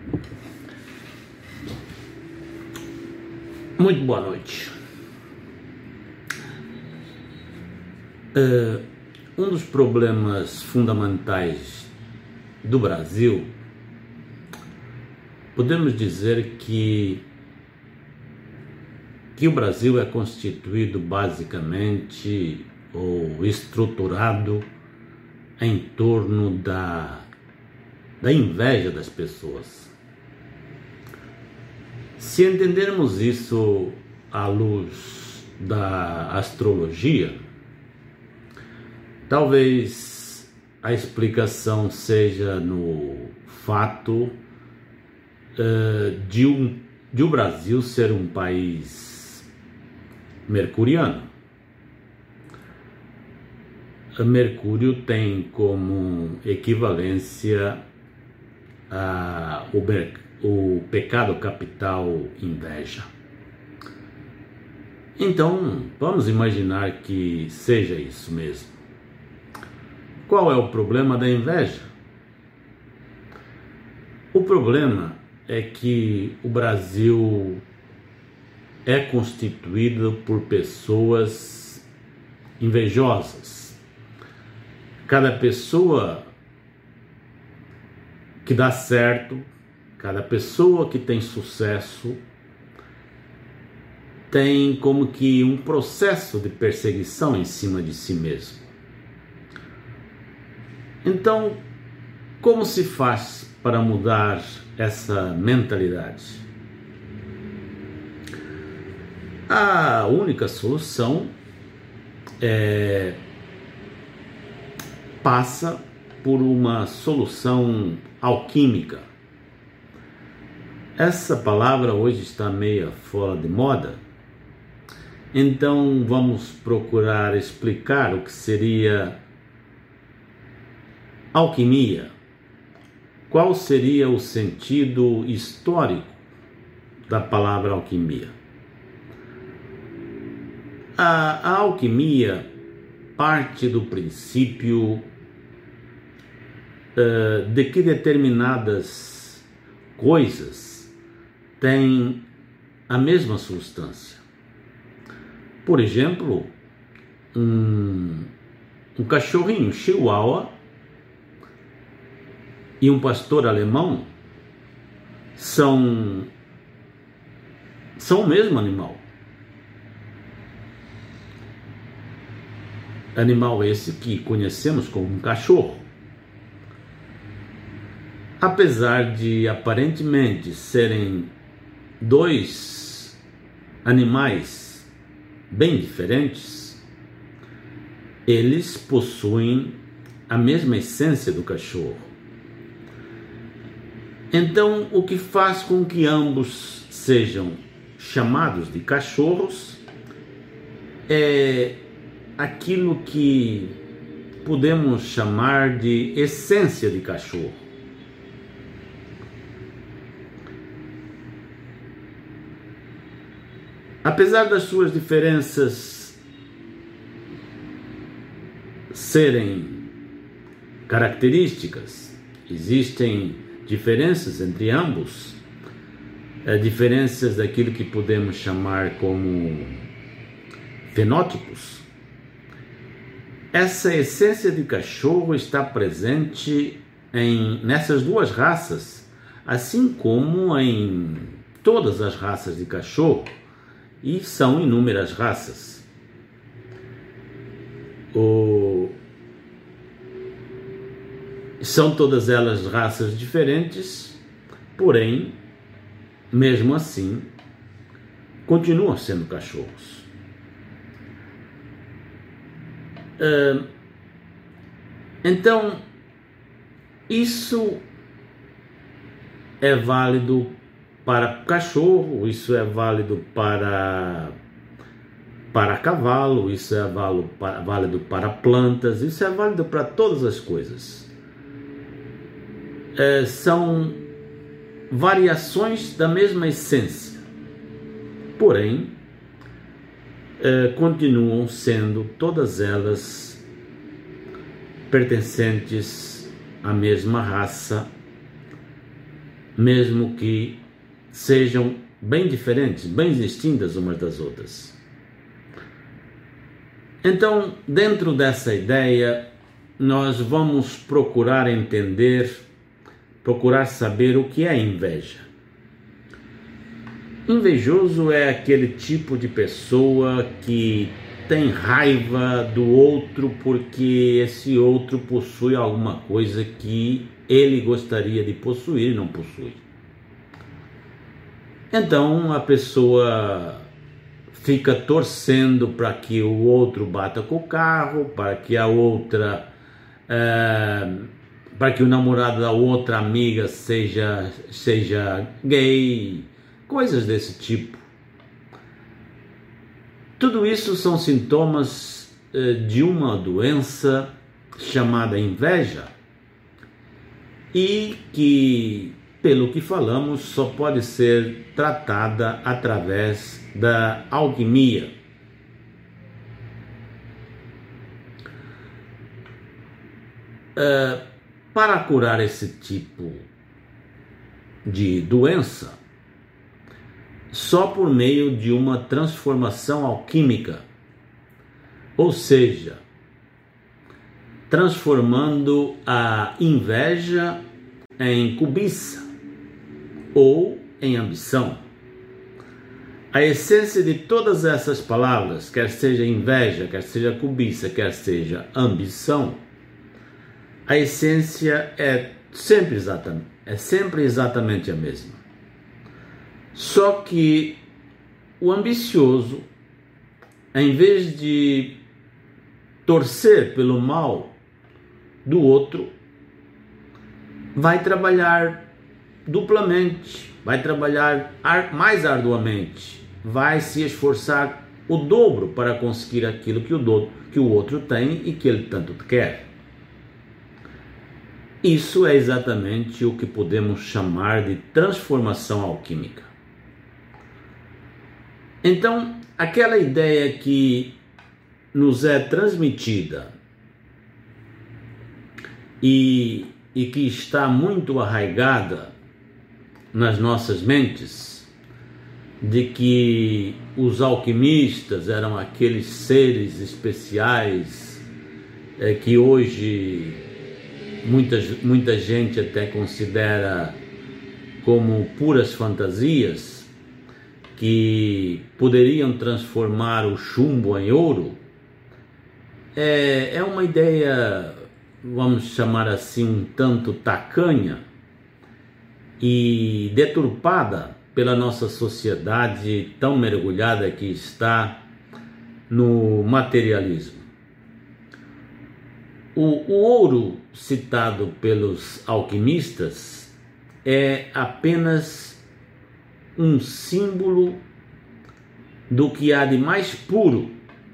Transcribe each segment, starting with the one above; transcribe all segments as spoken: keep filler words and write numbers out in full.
Muito boa noite. Uh, um dos problemas fundamentais do Brasil, podemos dizer que, que o Brasil é constituído basicamente ou estruturado em torno da, da inveja das pessoas. Se entendermos isso à luz da astrologia, talvez a explicação seja no fato uh, de, um, de o Brasil ser um país mercuriano. Mercúrio tem como equivalência a, o, o pecado capital inveja. Então, vamos imaginar que seja isso mesmo. Qual é o problema da inveja? O problema é que o Brasil é constituído por pessoas invejosas. Cada pessoa que dá certo, cada pessoa que tem sucesso, tem como que um processo de perseguição em cima de si mesmo. Então, como se faz para mudar essa mentalidade? A única solução é passa por uma solução alquímica. Essa palavra hoje está meio fora de moda, então vamos procurar explicar o que seria alquimia. Qual seria o sentido histórico da palavra alquimia? A, a alquimia parte do princípio uh, de que determinadas coisas têm a mesma substância. Por exemplo, um, um cachorrinho chihuahua e um pastor alemão são, são o mesmo animal. Animal esse que conhecemos como um cachorro. Apesar de aparentemente serem dois animais bem diferentes, eles possuem a mesma essência do cachorro. Então, o que faz com que ambos sejam chamados de cachorros é aquilo que podemos chamar de essência de cachorro. Apesar das suas diferenças serem características, existem diferenças entre ambos, é, diferenças daquilo que podemos chamar como fenótipos. Essa essência de cachorro está presente em, nessas duas raças, assim como em todas as raças de cachorro, e são inúmeras raças. O... São todas elas raças diferentes, porém, mesmo assim, continuam sendo cachorros. Uh, então, isso é válido para cachorro, isso é válido para, para cavalo, isso é válido para, válido para plantas, isso é válido para todas as coisas. Uh, são variações da mesma essência, porém, Uh, continuam sendo todas elas pertencentes à mesma raça mesmo que sejam bem diferentes, bem distintas umas das outras. Então, dentro dessa ideia, nós vamos procurar entender, procurar saber o que é inveja. Invejoso é aquele tipo de pessoa que tem raiva do outro porque esse outro possui alguma coisa que ele gostaria de possuir e não possui. Então a pessoa fica torcendo para que o outro bata com o carro, para que a outra, é, para que o namorado da outra amiga seja, seja gay, coisas desse tipo. Tudo isso são sintomas é, de uma doença chamada inveja e que, pelo que falamos, só pode ser tratada através da alquimia. Uh, para curar esse tipo de doença, só por meio de uma transformação alquímica, ou seja, transformando a inveja em cobiça ou em ambição. A essência de todas essas palavras, quer seja inveja, quer seja cobiça, quer seja ambição, a essência é sempre exatamente, é sempre exatamente a mesma. Só que o ambicioso, em vez de torcer pelo mal do outro, vai trabalhar duplamente, vai trabalhar mais arduamente, vai se esforçar o dobro para conseguir aquilo que o, do, que o outro tem e que ele tanto quer. Isso é exatamente o que podemos chamar de transformação alquímica. Então, aquela ideia que nos é transmitida e, e que está muito arraigada nas nossas mentes, de que os alquimistas eram aqueles seres especiais é, que hoje muita, muita gente até considera como puras fantasias, que poderiam transformar o chumbo em ouro, é, é uma ideia, vamos chamar assim, um tanto tacanha e deturpada pela nossa sociedade tão mergulhada que está no materialismo. O, o ouro citado pelos alquimistas é apenas um símbolo do que há de mais puro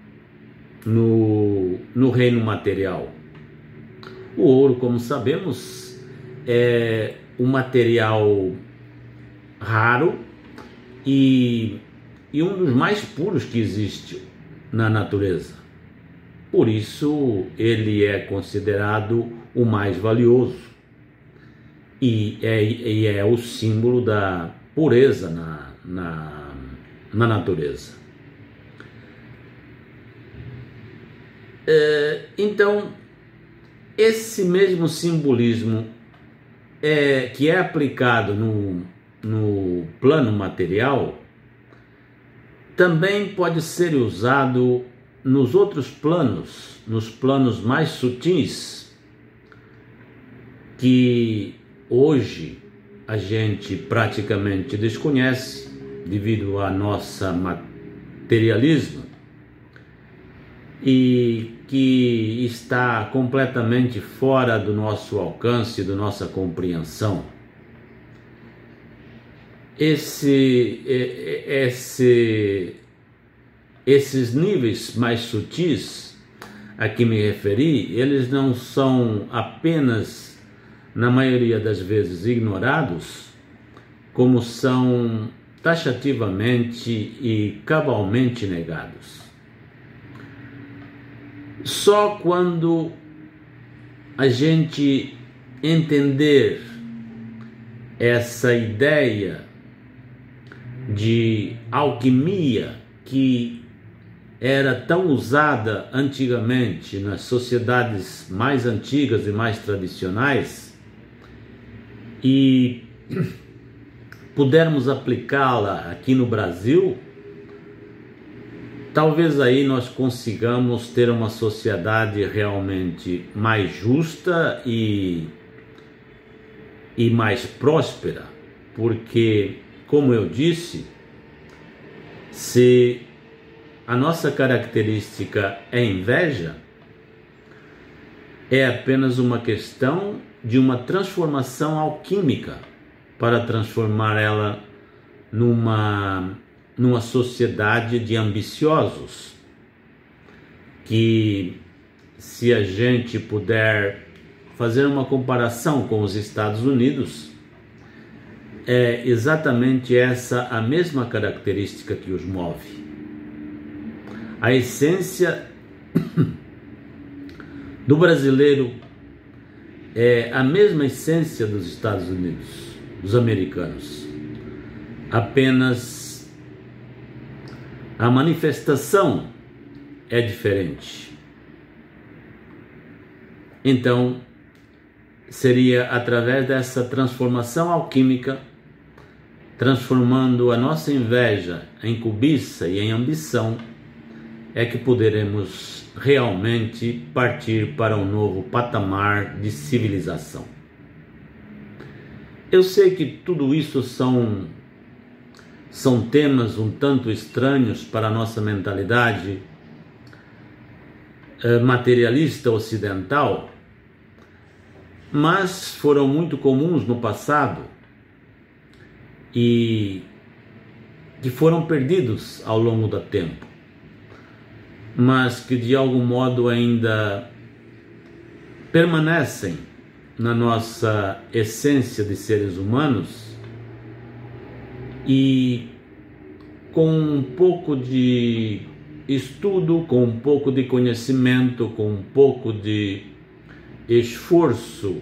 no, no reino material. O ouro, como sabemos, é um material raro e, e um dos mais puros que existe na natureza. Por isso ele é considerado o mais valioso e é, e é o símbolo da pureza na, na, na natureza. É, então, esse mesmo simbolismo é, que é aplicado no, no plano material também pode ser usado nos outros planos, nos planos mais sutis, que hoje a gente praticamente desconhece devido ao nosso materialismo e que está completamente fora do nosso alcance, da nossa compreensão. Esse, esse, esses níveis mais sutis a que me referi, eles não são apenas, na maioria das vezes, ignorados, como são taxativamente e cabalmente negados. Só quando a gente entender essa ideia de alquimia que era tão usada antigamente nas sociedades mais antigas e mais tradicionais, e pudermos aplicá-la aqui no Brasil, talvez aí nós consigamos ter uma sociedade realmente mais justa e, e mais próspera, porque, como eu disse, se a nossa característica é inveja, é apenas uma questão de uma transformação alquímica para transformar ela numa, numa sociedade de ambiciosos, que, se a gente puder fazer uma comparação com os Estados Unidos, é exatamente essa a mesma característica que os move. A essência do brasileiro é a mesma essência dos Estados Unidos, dos americanos. Apenas a manifestação é diferente. Então, seria através dessa transformação alquímica, transformando a nossa inveja em cobiça e em ambição, é que poderemos realmente partir para um novo patamar de civilização. Eu sei que tudo isso são, são temas um tanto estranhos para a nossa mentalidade eh, materialista ocidental, mas foram muito comuns no passado e que foram perdidos ao longo do tempo, mas que de algum modo ainda permanecem na nossa essência de seres humanos, e com um pouco de estudo, com um pouco de conhecimento, com um pouco de esforço,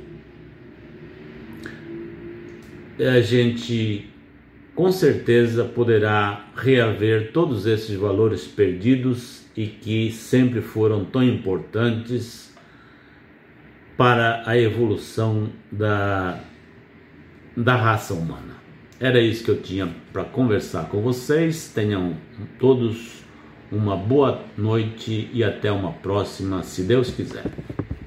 a gente com certeza poderá reaver todos esses valores perdidos e que sempre foram tão importantes para a evolução da, da raça humana. Era isso que eu tinha para conversar com vocês. Tenham todos uma boa noite e até uma próxima, se Deus quiser.